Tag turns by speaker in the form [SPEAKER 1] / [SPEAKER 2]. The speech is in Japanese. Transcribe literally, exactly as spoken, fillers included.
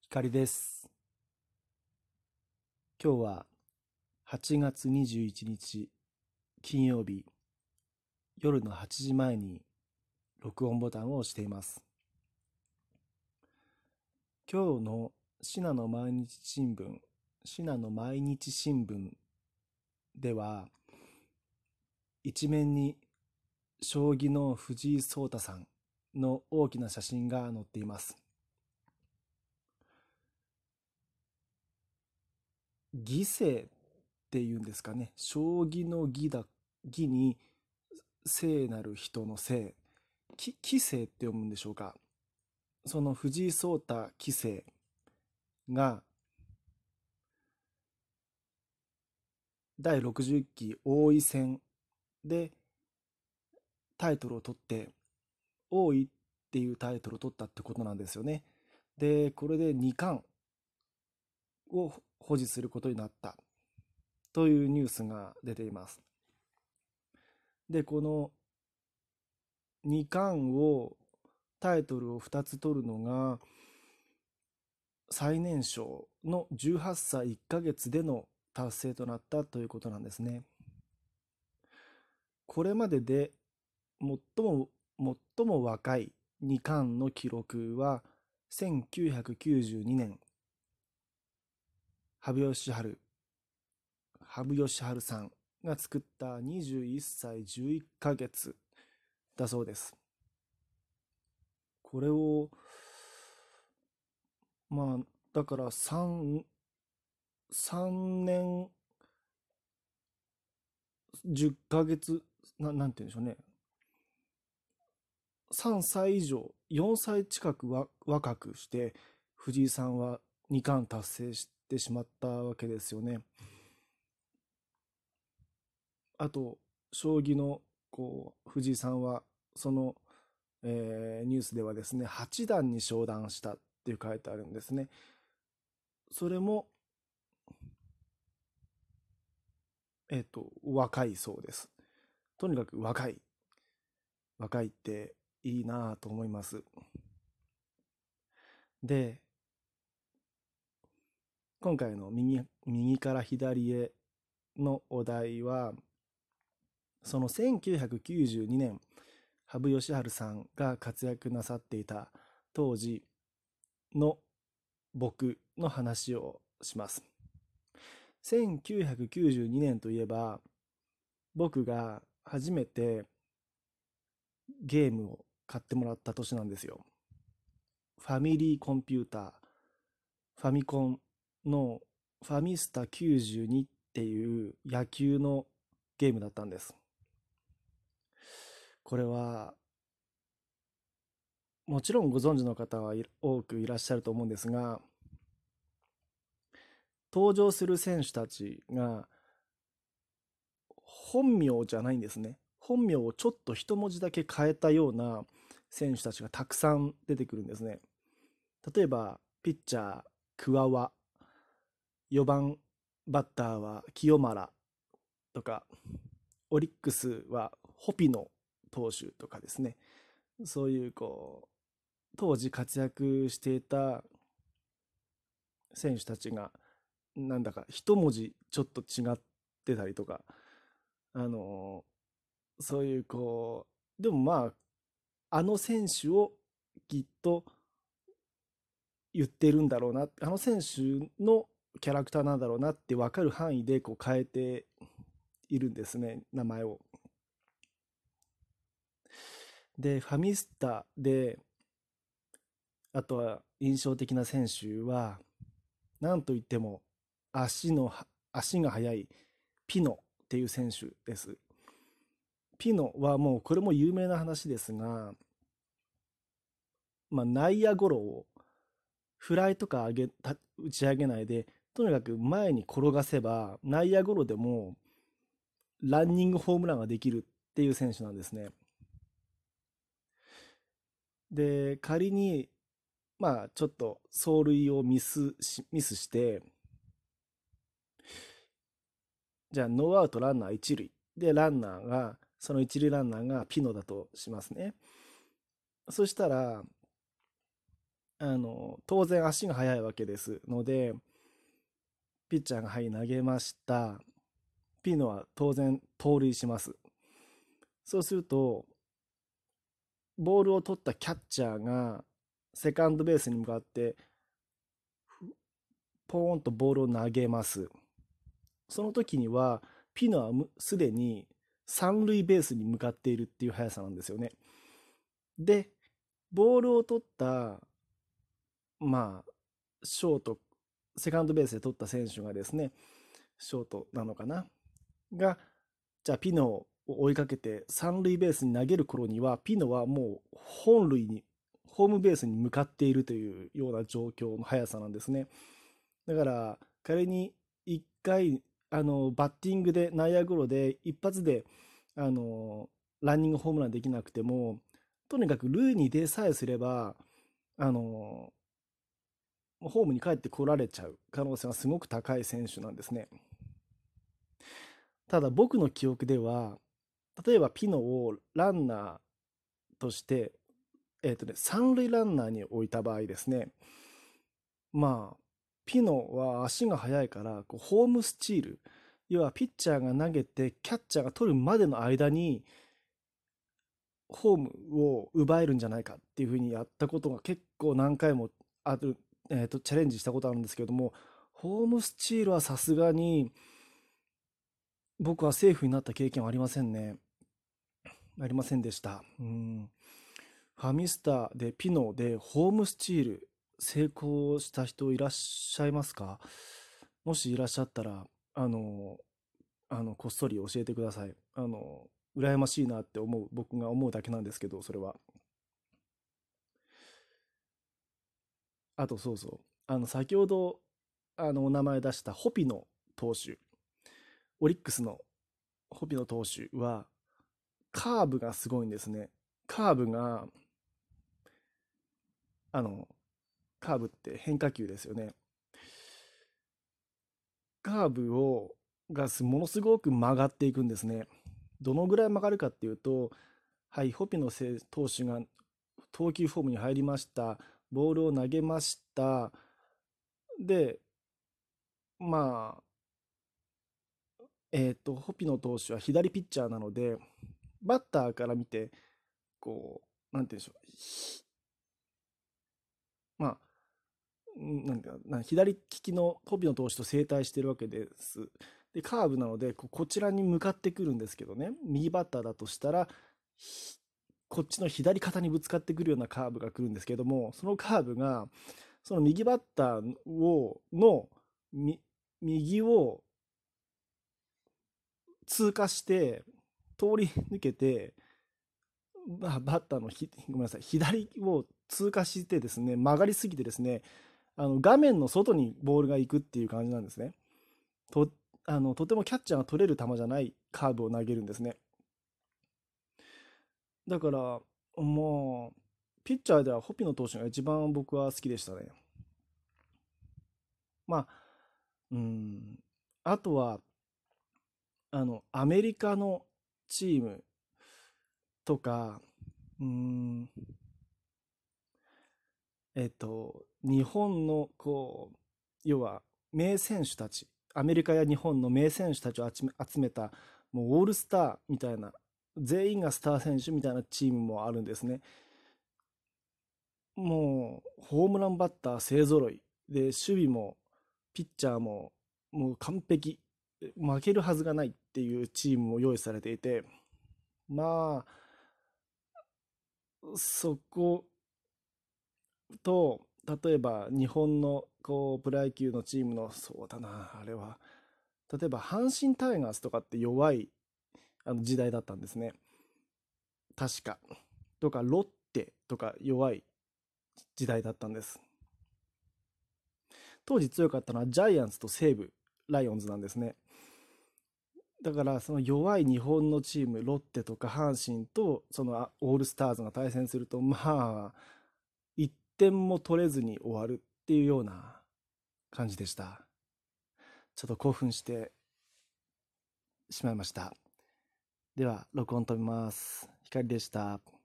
[SPEAKER 1] 光です。今日ははちがつにじゅういちにち金曜日夜のはちじまえに録音ボタンを押しています。今日の信濃毎日新聞、信濃毎日新聞では一面に将棋の藤井聡太さんの大きな写真が載っています。棋聖っていうんですかね。将棋の棋だ、棋に聖なる人の聖、き棋聖って読むんでしょうか。その藤井聡太棋聖がだいろくじゅっき王位戦でタイトルを取って、王位っていうタイトルを取ったってことなんですよね。で、これでに冠を保持することになったというニュースが出ています。で、このに冠をタイトルをふたつ取るのが最年少のじゅうはっさいいっかげつでの達成となったということなんですね。これまでで最も最も若いに冠の記録はせんきゅうひゃくきゅうじゅうにねん羽生善治羽生善治さんが作ったにじゅういっさいじゅういっかげつだそうです。これをまあだから3、さんねんじゅっかげつな、なんて言うんでしょうね。さんさい以上、よんさい近くは若くして藤井さんはに冠達成してしまったわけですよね。あと、将棋のこう藤井さんはその、えーニュースではですね、はちだんに昇段したっていう書いてあるんですね。それも、えっと、若いそうです。とにかく若い。若いっていいなぁと思います。で、今回の右、右から左へのお題は、そのせんきゅうひゃくきゅうじゅうにねん、羽生善治さんが活躍なさっていた当時の僕の話をします。せんきゅうひゃくきゅうじゅうにねんといえば、僕が初めてゲームを買ってもらった年なんですよ。ファミリーコンピューター、ファミコンのファミスタきゅうじゅうにっていう野球のゲームだったんです。これはもちろんご存知の方は多くいらっしゃると思うんですが、登場する選手たちが本名じゃないんですね。本名をちょっと一文字だけ変えたような選手たちがたくさん出てくるんですね。例えば、ピッチャー、桑和、よばんバッターは清原とか、オリックスはホピノ投手とかですね。そういうこう、当時活躍していた選手たちが、なんだか一文字ちょっと違ってたりとか、あのそういうこう、でもまあ、あの選手をきっと言ってるんだろうな、あの選手のキャラクターなんだろうなって分かる範囲でこう変えているんですね、名前を。で、ファミスタで、あとは印象的な選手は、なんといっても足の、足が速いピノっていう選手です。ピノはもうこれも有名な話ですが、まあ、内野ゴロをフライとか上げた打ち上げないで、とにかく前に転がせば内野ゴロでもランニングホームランができるっていう選手なんですね。で、仮にまあちょっと走塁をミスし、ミスして、じゃあノーアウトランナー一塁で、ランナーが、その一塁ランナーがピノだとしますね。そしたら、 あの、当然足が速いわけですので、ピッチャーがはい投げました。ピノは当然盗塁します。そうすると、ボールを取ったキャッチャーがセカンドベースに向かってポーンとボールを投げます。その時にはピノはすでに三塁ベースに向かっているっていう速さなんですよね。で、ボールを取った、まあ、ショート、セカンドベースで取った選手がですね、ショートなのかなが、じゃあピノを追いかけて三塁ベースに投げる頃には、ピノはもう本塁に、ホームベースに向かっているというような状況の速さなんですね。だから、仮にいっかい、あの、バッティングで内野ゴロで一発で、あの、ランニングホームランできなくても、とにかく塁に出さえすれば、あの、ホームに帰ってこられちゃう可能性がすごく高い選手なんですね。ただ僕の記憶では、例えばピノをランナーとして、えっとね、三塁ランナーに置いた場合ですね、まあ、ピノは足が速いから、こうホームスチール、要はピッチャーが投げて、キャッチャーが取るまでの間に、ホームを奪えるんじゃないかっていうふうにやったことが結構何回もある、えーと、チャレンジしたことあるんですけども、ホームスチールはさすがに僕はセーフになった経験はありませんね。ありませんでした。うん。ファミスタでピノでホームスチール成功した人いらっしゃいますか？もしいらっしゃったら、あの、あの、こっそり教えてください。あの、羨ましいなって思う、僕が思うだけなんですけど、それは。あと、そうそう。あの、先ほど、あの、お名前出したホピの投手、オリックスのホピの投手は、カーブがすごいんですね。カーブが、あの、カーブって変化球ですよね。カーブを、がものすごく曲がっていくんですね。どのぐらい曲がるかっていうと、はい、ホピの投手が投球フォームに入りました。ボールを投げました。で、まあ、えっと、ホピの投手は左ピッチャーなので、バッターから見て、こう、なんて言うんでしょう。まあ、なんかな左利きのホピの投手と正対してるわけです。で、カーブなので、ここちらに向かってくるんですけどね、右バッターだとしたら、こっちの左肩にぶつかってくるようなカーブが来るんですけども、そのカーブが、その右バッターをの右を通過して通り抜けて、まあ、バッターのひごめんなさい左を通過してですね、曲がりすぎてですね、あの画面の外にボールが行くっていう感じなんですね。とあのとてもキャッチャーが取れる球じゃないカーブを投げるんですね。だからもうピッチャーではホピの投手が一番僕は好きでしたね。まあ、うん、あとはあのアメリカのチームとか、うーん、えっと、日本のこう、要は名選手たち、アメリカや日本の名選手たちを集め集めた、もうオールスターみたいな、全員がスター選手みたいなチームもあるんですね。もう、ホームランバッター勢ぞろい。で、守備も、ピッチャーも、もう完璧。負けるはずがないっていうチームも用意されていて、まあ、そこと例えば日本のこうプロ野球のチームのそうだなあれは例えば阪神タイガースとかって弱いあの時代だったんですね、確か。とかロッテとか弱い時代だったんです。当時強かったのはジャイアンツと西武ライオンズなんですね。だからその弱い日本のチームロッテとか阪神とそのオールスターズが対戦すると、まあいってんも取れずに終わるっていうような感じでした。ちょっと興奮してしまいました。では、録音止めます。光でした。